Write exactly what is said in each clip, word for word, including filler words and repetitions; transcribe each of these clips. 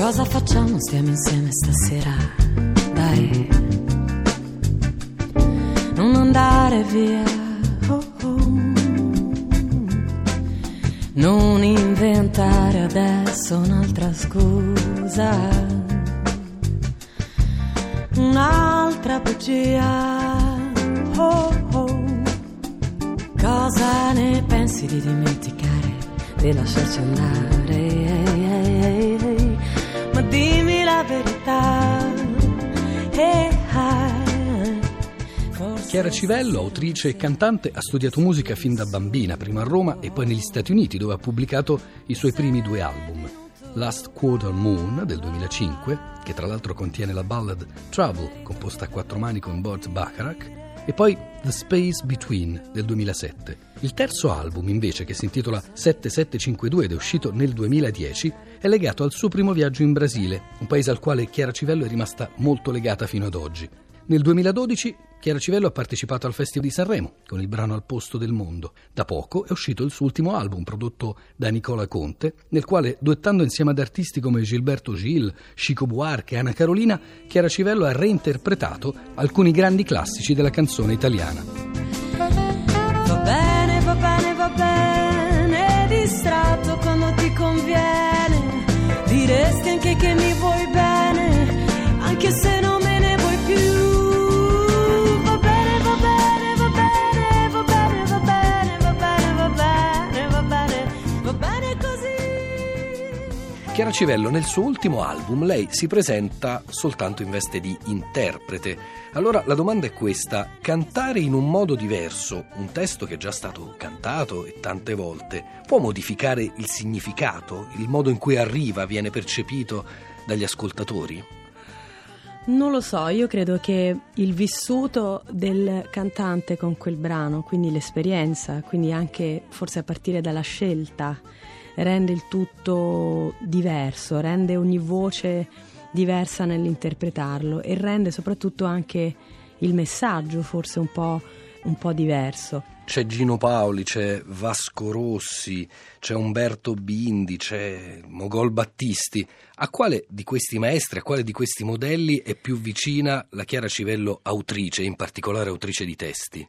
Cosa facciamo? Stiamo insieme stasera, dai, non andare via, oh oh. Non inventare adesso un'altra scusa, un'altra bugia, oh oh. Cosa ne pensi di dimenticare, di lasciarci andare, ehi, ehi, ehi, ehi. Ma dimmi la verità, hey, hey. Forse Chiara Civello, autrice e cantante, ha studiato musica fin da bambina, prima a Roma e poi negli Stati Uniti, dove ha pubblicato i suoi primi due album. Last Quarter Moon del duemilacinque, che tra l'altro contiene la ballad Trouble, composta a quattro mani con Burt Bacharach, e poi The Space Between del duemilasette. Il terzo album, invece, che si intitola sette sette cinque due ed è uscito nel duemiladieci, è legato al suo primo viaggio in Brasile, un paese al quale Chiara Civello è rimasta molto legata fino ad oggi. Nel duemiladodici Chiara Civello ha partecipato al Festival di Sanremo con il brano Al posto del mondo. Da poco è uscito il suo ultimo album, prodotto da Nicola Conte, nel quale, duettando insieme ad artisti come Gilberto Gil, Chico Buarque e Anna Carolina, Chiara Civello ha reinterpretato alcuni grandi classici della canzone italiana. va bene, va bene, va bene, distratto quando ti conviene, diresti anche che mi vuoi bene, anche se non me ne vuoi più. Chiara Civello, nel suo ultimo album, lei si presenta soltanto in veste di interprete. Allora la domanda è questa: cantare in un modo diverso un testo che è già stato cantato e tante volte può modificare il significato, il modo in cui arriva, viene percepito dagli ascoltatori? Non lo so, io credo che il vissuto del cantante con quel brano, quindi l'esperienza, quindi anche forse a partire dalla scelta, rende il tutto diverso, rende ogni voce diversa nell'interpretarlo e rende soprattutto anche il messaggio forse un po', un po' diverso. C'è Gino Paoli, c'è Vasco Rossi, c'è Umberto Bindi, c'è Mogol Battisti. A quale di questi maestri, a quale di questi modelli è più vicina la Chiara Civello autrice, in particolare autrice di testi?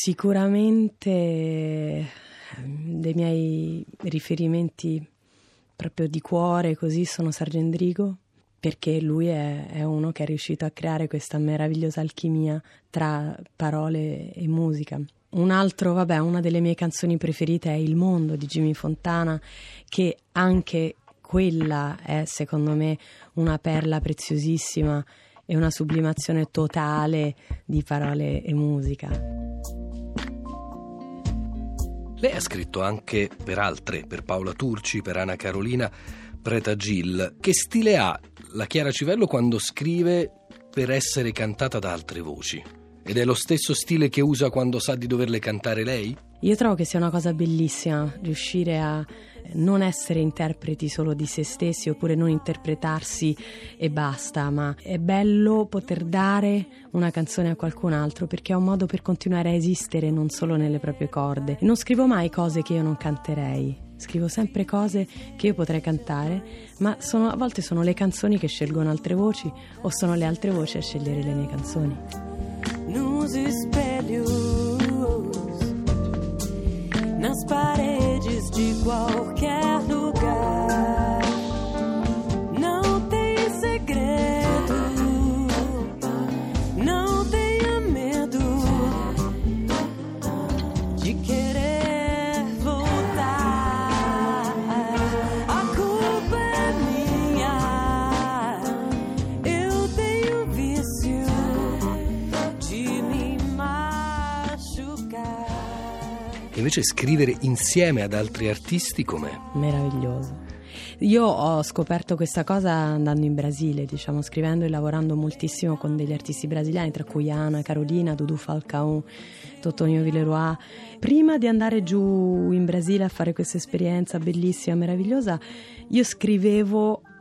Sicuramente dei miei riferimenti proprio di cuore così sono Sargendrigo, perché lui è, è uno che è riuscito a creare questa meravigliosa alchimia tra parole e musica. Un altro, vabbè, una delle mie canzoni preferite è Il mondo di Jimmy Fontana, che anche quella è secondo me una perla preziosissima e una sublimazione totale di parole e musica. Lei ha scritto anche per altre, per Paola Turci, per Anna Carolina, Preta Gil. Che stile ha la Chiara Civello quando scrive per essere cantata da altre voci? Ed è lo stesso stile che usa quando sa di doverle cantare lei? Io trovo che sia una cosa bellissima riuscire a non essere interpreti solo di se stessi oppure non interpretarsi e basta, ma è bello poter dare una canzone a qualcun altro perché è un modo per continuare a esistere non solo nelle proprie corde. Non scrivo mai cose che io non canterei, scrivo sempre cose che io potrei cantare, ma sono, a volte sono le canzoni che scelgono altre voci o sono le altre voci a scegliere le mie canzoni. Nos espelhos, nas paredes de qualquer lugar, não tem segredo, não tenha medo de querer voltar. A culpa é minha, eu tenho vício de me machucar. Invece scrivere insieme ad altri artisti com'è? Meraviglioso. Io ho scoperto questa cosa andando in Brasile, diciamo, scrivendo e lavorando moltissimo con degli artisti brasiliani, tra cui Anna Carolina, Dudu Falcão, Totonio Villeroy. Prima di andare giù in Brasile a fare questa esperienza bellissima, meravigliosa, io scrivevo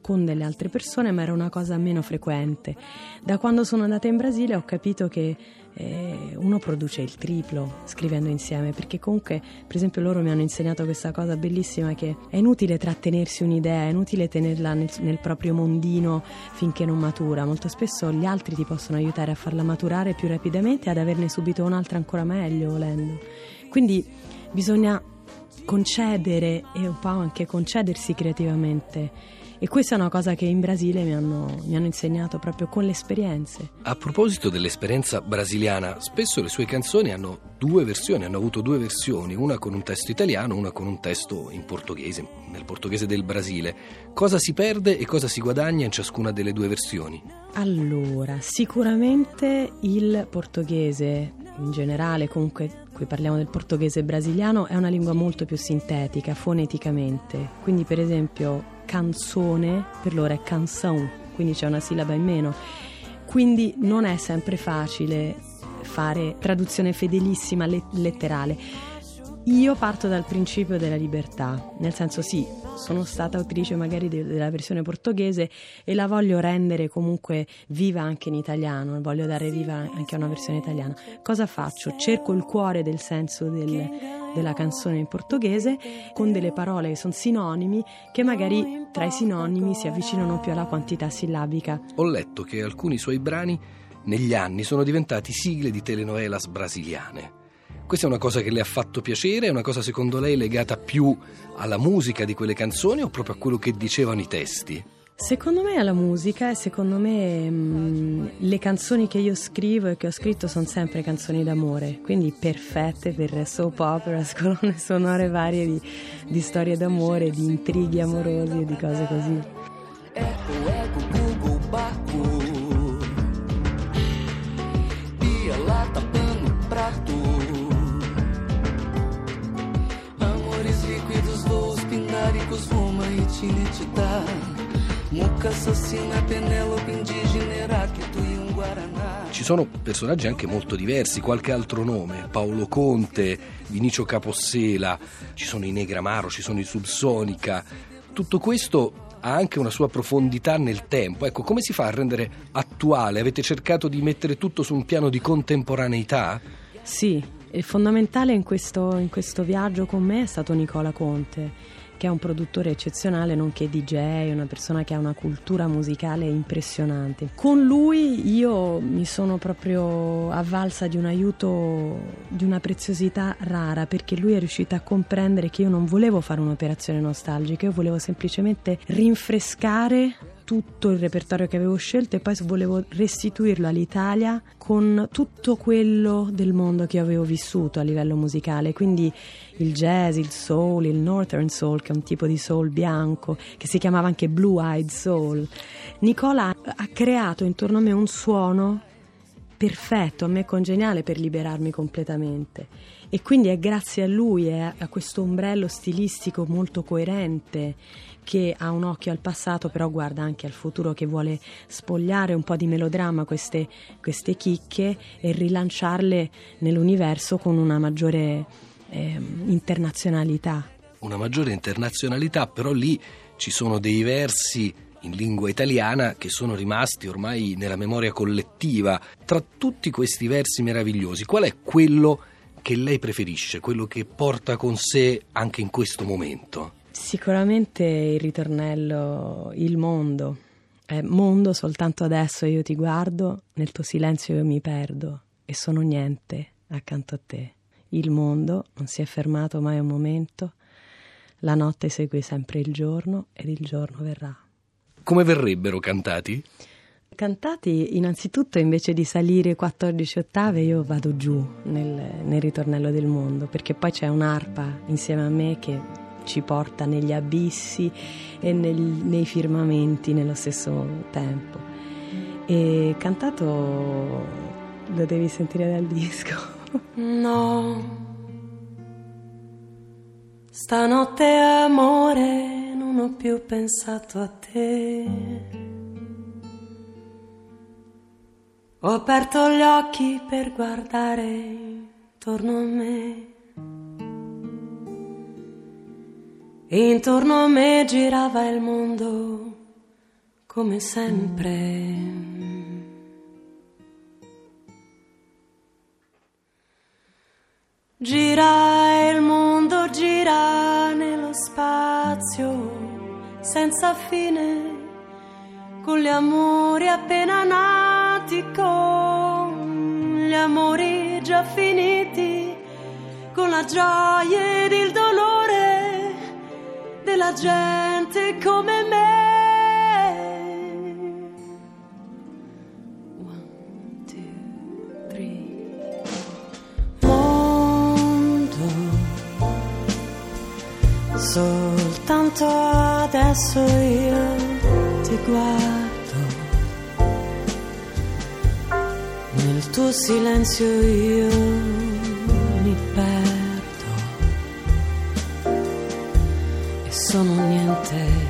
con delle altre persone, ma era una cosa meno frequente. Da quando sono andata in Brasile ho capito che eh, uno produce il triplo scrivendo insieme, perché comunque, per esempio, loro mi hanno insegnato questa cosa bellissima, che è inutile trattenersi un'idea, è inutile tenerla nel, nel proprio mondino finché non matura. Molto spesso gli altri ti possono aiutare a farla maturare più rapidamente e ad averne subito un'altra ancora meglio, volendo. Quindi bisogna concedere e un po' anche concedersi creativamente. E questa è una cosa che in Brasile mi hanno, mi hanno insegnato proprio con le esperienze. A proposito dell'esperienza brasiliana, spesso le sue canzoni hanno due versioni, hanno avuto due versioni, una con un testo italiano, una con un testo in portoghese, nel portoghese del Brasile. Cosa si perde e cosa si guadagna in ciascuna delle due versioni? Allora, sicuramente il portoghese in generale, comunque qui parliamo del portoghese brasiliano, è una lingua molto più sintetica foneticamente. Quindi, per esempio, canzone per loro è canção, quindi c'è una sillaba in meno. Quindi non è sempre facile fare traduzione fedelissima, letterale. Io parto dal principio della libertà, nel senso, sì, sono stata autrice magari de- della versione portoghese e la voglio rendere comunque viva anche in italiano, voglio dare viva anche a una versione italiana. Cosa faccio? Cerco il cuore del senso del, della canzone in portoghese con delle parole che sono sinonimi, che magari tra i sinonimi si avvicinano più alla quantità sillabica. Ho letto che alcuni suoi brani negli anni sono diventati sigle di telenovelas brasiliane. Questa è una cosa che le ha fatto piacere? È una cosa secondo lei legata più alla musica di quelle canzoni o proprio a quello che dicevano i testi? Secondo me alla musica e secondo me mh, le canzoni che io scrivo e che ho scritto sono sempre canzoni d'amore, quindi perfette per soap opera, colonne sonore varie di, di storie d'amore, di intrighi amorosi e di cose così. Ci sono personaggi anche molto diversi, qualche altro nome, Paolo Conte, Vinicio Capossela, ci sono i Negramaro, ci sono i Subsonica. Tutto questo ha anche una sua profondità nel tempo. Ecco, come si fa a rendere attuale? Avete cercato di mettere tutto su un piano di contemporaneità? Sì, il fondamentale in questo, in questo viaggio con me è stato Nicola Conte, che è un produttore eccezionale, nonché D J, una persona che ha una cultura musicale impressionante. Con lui io mi sono proprio avvalsa di un aiuto, di una preziosità rara, perché lui è riuscito a comprendere che io non volevo fare un'operazione nostalgica, io volevo semplicemente rinfrescare tutto il repertorio che avevo scelto e poi volevo restituirlo all'Italia con tutto quello del mondo che avevo vissuto a livello musicale, quindi il jazz, il soul, il northern soul, che è un tipo di soul bianco che si chiamava anche blue eyed soul. Nicola ha creato intorno a me un suono perfetto, a me congeniale, per liberarmi completamente, e quindi è grazie a lui e a questo ombrello stilistico molto coerente, che ha un occhio al passato però guarda anche al futuro, che vuole spogliare un po' di melodramma queste, queste chicche e rilanciarle nell'universo con una maggiore eh, internazionalità. Una maggiore internazionalità, però lì ci sono dei versi in lingua italiana che sono rimasti ormai nella memoria collettiva. Tra tutti questi versi meravigliosi, qual è quello che lei preferisce, quello che porta con sé anche in questo momento? Sicuramente il ritornello Il mondo. È mondo, soltanto adesso io ti guardo, nel tuo silenzio io mi perdo e sono niente accanto a te. Il mondo non si è fermato mai un momento, la notte segue sempre il giorno ed il giorno verrà. Come verrebbero cantati? Cantati innanzitutto, invece di salire quattordici ottave, io vado giù nel, nel ritornello del mondo, perché poi c'è un'arpa insieme a me che ci porta negli abissi e nel, nei firmamenti nello stesso tempo. E cantato lo devi sentire dal disco. No, stanotte amore non ho più pensato a te, ho aperto gli occhi per guardare intorno a me e intorno a me girava il mondo come sempre. Gira il mondo, gira nello spazio senza fine, con gli amori appena nati, con gli amori già finiti, con la gioia ed il dolore della gente come me. One, two, three. Mondo, soltanto adesso io ti guardo, nel tuo silenzio io mi perdo e sono niente